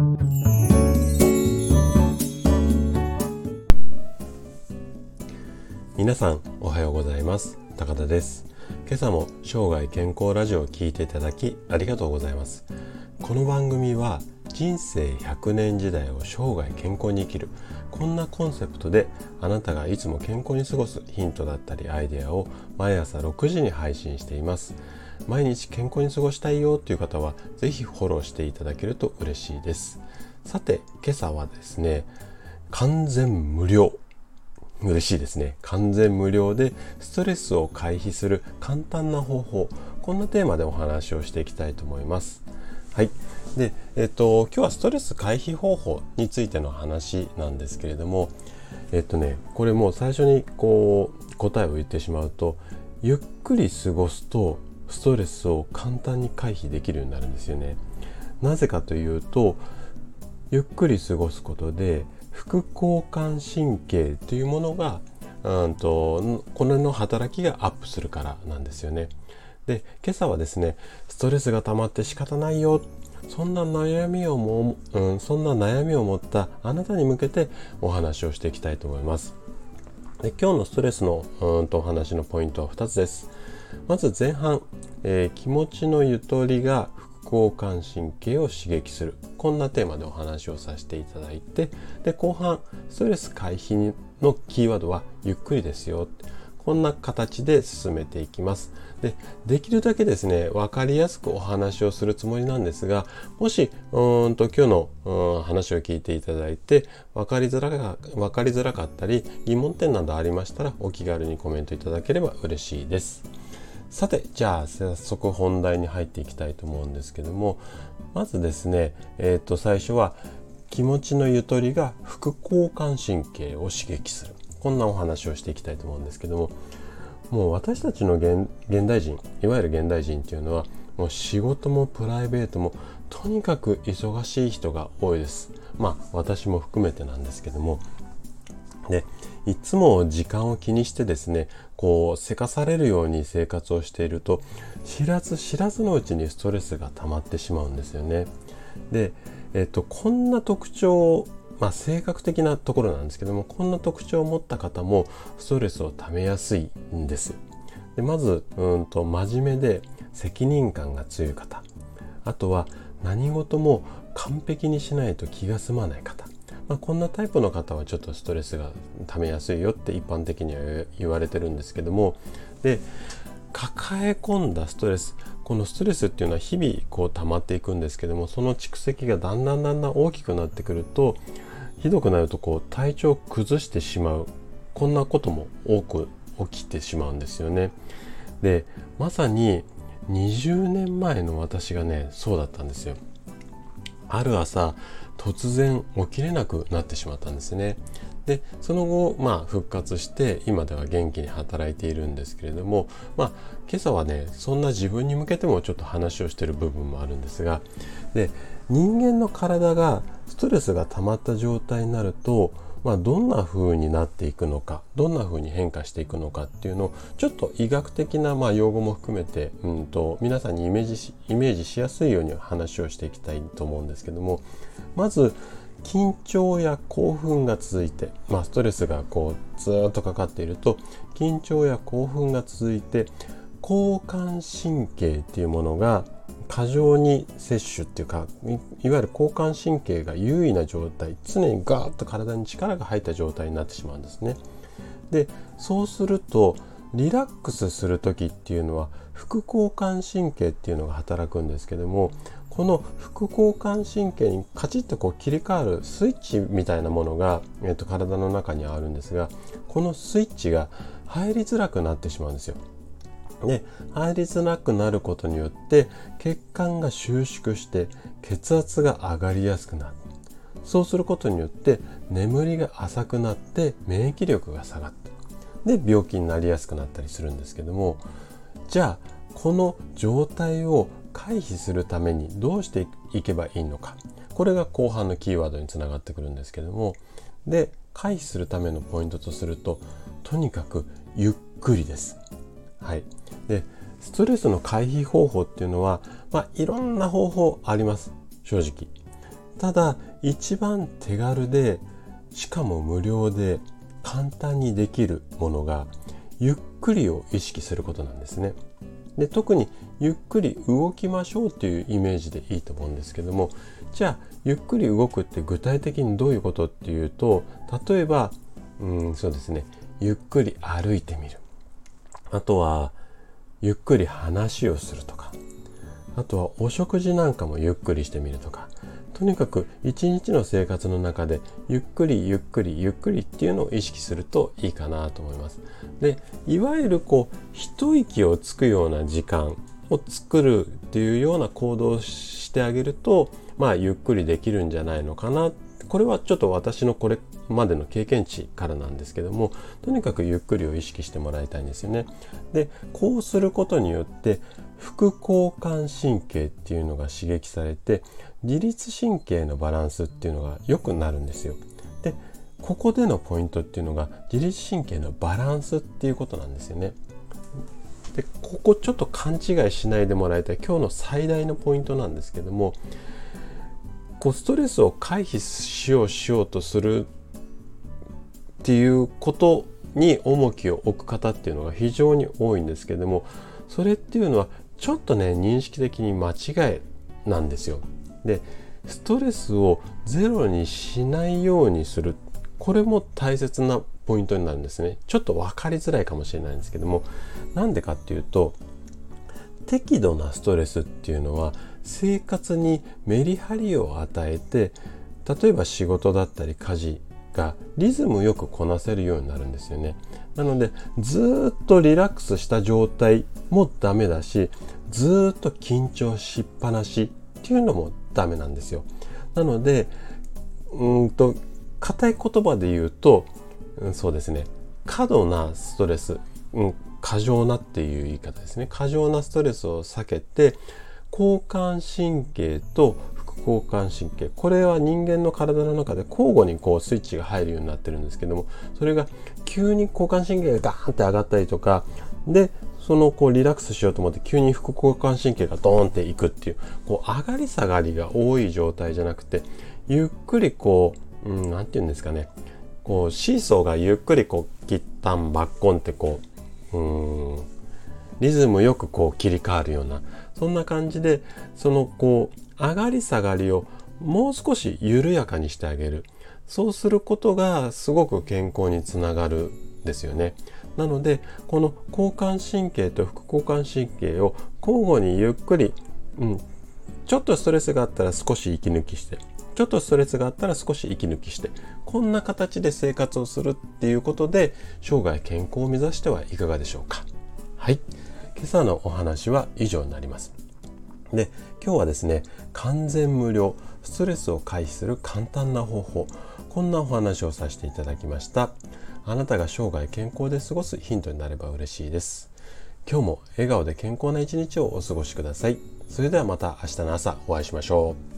皆さんおはようございます。高田です。今朝も生涯健康ラジオを聞いていただきありがとうございます。この番組は人生100年時代を生涯健康に生きる、こんなコンセプトであなたがいつも健康に過ごすヒントだったりアイデアを毎朝6時に配信しています。毎日健康に過ごしたいよという方はぜひフォローしていただけると嬉しいです。さて今朝はですね、完全無料、嬉しいですね。完全無料でストレスを回避する簡単な方法、こんなテーマでお話をしていきたいと思います。はい。で、今日はストレス回避方法についての話なんですけれども、これもう最初に答えを言ってしまうと、ゆっくり過ごすとストレスを簡単に回避できるようになるんですよね。なぜかというと、ゆっくり過ごすことで副交感神経というものがこれの働きがアップするからなんですよね。で、今朝はですね、ストレスが溜まって仕方ないよ、そんな悩みを持ったあなたに向けてお話をしていきたいと思います。で、今日のストレスのお話のポイントは2つです。まず前半、気持ちのゆとりが副交感神経を刺激する、こんなテーマでお話をさせていただいて、で後半、ストレス回避のキーワードはゆっくりですよ、こんな形で進めていきます。できるだけですね、分かりやすくお話をするつもりなんですが、もし今日の話を聞いていただいて分かりづらかったり疑問点などありましたら、お気軽にコメントいただければ嬉しいです。さて、じゃあ早速本題に入っていきたいと思うんですけども、まずですね、最初は気持ちのゆとりが副交感神経を刺激する、こんなお話をしていきたいと思うんですけども、もう私たちの現代人、いわゆる現代人っていうのは、もう仕事もプライベートもとにかく忙しい人が多いです。私も含めてなんですけども、でいつも時間を気にしてですね、せかされるように生活をしていると、知らずのうちにストレスが溜まってしまうんですよね。で、こんな特徴、性格的なところなんですけども、こんな特徴を持った方もストレスを溜めやすいんです。でまず真面目で責任感が強い方、あとは何事も完璧にしないと気が済まない方、こんなタイプの方はちょっとストレスが溜めやすいよって一般的には言われてるんですけども、で抱え込んだストレス、このストレスっていうのは日々溜まっていくんですけども、その蓄積がだんだん大きくなってくると、ひどくなると体調を崩してしまう、こんなことも多く起きてしまうんですよね。でまさに20年前の私がね、そうだったんですよ。ある朝突然起きれなくなってしまったんですね。でその後復活して今では元気に働いているんですけれども、今朝はね、そんな自分に向けてもちょっと話をしている部分もあるんですが、で人間の体がストレスが溜まった状態になると、どんな風になっていくのか、どんな風に変化していくのかっていうのを、ちょっと医学的な用語も含めて皆さんにイメージしやすいように話をしていきたいと思うんですけども、まず緊張や興奮が続いて、ストレスがずっとかかっていると、緊張や興奮が続いて、交感神経っていうものが過剰に摂取っていうか、いわゆる交感神経が優位な状態、常にガーッと体に力が入った状態になってしまうんですね。でそうするとリラックスする時っていうのは副交感神経っていうのが働くんですけども、この副交感神経にカチッと切り替わるスイッチみたいなものが、体の中にあるんですが、このスイッチが入りづらくなってしまうんですよ。で入りづらくなることによって血管が収縮して血圧が上がりやすくなる。そうすることによって眠りが浅くなって免疫力が下がって、で病気になりやすくなったりするんですけども、じゃあこの状態を回避するためにどうしていけばいいのか、これが後半のキーワードにつながってくるんですけども、で回避するためのポイントとすると、とにかくゆっくりです。はい。でストレスの回避方法っていうのは、いろんな方法あります、正直。 ただ一番手軽でしかも無料で簡単にできるものがゆっくりを意識することなんですね。で、特にゆっくり動きましょうっていうイメージでいいと思うんですけども、じゃあゆっくり動くって具体的にどういうことっていうと、例えばそうですね、ゆっくり歩いてみる、あとはゆっくり話をするとか、あとはお食事なんかもゆっくりしてみるとか、とにかく一日の生活の中でゆっくりゆっくりゆっくりっていうのを意識するといいかなと思います。で、いわゆる一息をつくような時間を作るっていうような行動をしてあげると、ゆっくりできるんじゃないのかな。これはちょっと私のこれまでの経験値からなんですけども、とにかくゆっくりを意識してもらいたいんですよね。で、こうすることによって副交感神経っていうのが刺激されて、自律神経のバランスっていうのが良くなるんですよ。で、ここでのポイントっていうのが自律神経のバランスっていうことなんですよね。で、ここちょっと勘違いしないでもらいたい今日の最大のポイントなんですけども、ストレスを回避しようとするっていうことに重きを置く方っていうのが非常に多いんですけども、それっていうのはちょっとね、認識的に間違いなんですよ。で、ストレスをゼロにしないようにする、これも大切なポイントになるんですね。ちょっと分かりづらいかもしれないんですけども、なんでかっていうと、適度なストレスっていうのは生活にメリハリを与えて、例えば仕事だったり家事がリズムよくこなせるようになるんですよね。なのでずっとリラックスした状態もダメだし、ずっと緊張しっぱなしっていうのもダメなんですよ。なので硬い言葉で言うと、そうですね、過度なストレス、過剰なっていう言い方ですね。過剰なストレスを避けて、交感神経と副交感神経、これは人間の体の中で交互にスイッチが入るようになってるんですけども、それが急に交感神経がガーンって上がったりとかで、そのリラックスしようと思って急に副交感神経がドーンっていくっていう、上がり下がりが多い状態じゃなくて、ゆっくりなんていうんですかね、シーソーがゆっくりキッタンバッコンってリズムよく切り替わるような、そんな感じで、その上がり下がりをもう少し緩やかにしてあげる。そうすることがすごく健康につながるんですよね。なので、この交感神経と副交感神経を交互にゆっくり、ちょっとストレスがあったら少し息抜きして、ちょっとストレスがあったら少し息抜きして、こんな形で生活をするっていうことで生涯健康を目指してはいかがでしょうか。はい、今朝のお話は以上になります。で、今日はですね、完全無料ストレスを回避する簡単な方法、こんなお話をさせていただきました。あなたが生涯健康で過ごすヒントになれば嬉しいです。今日も笑顔で健康な一日をお過ごしください。それではまた明日の朝お会いしましょう。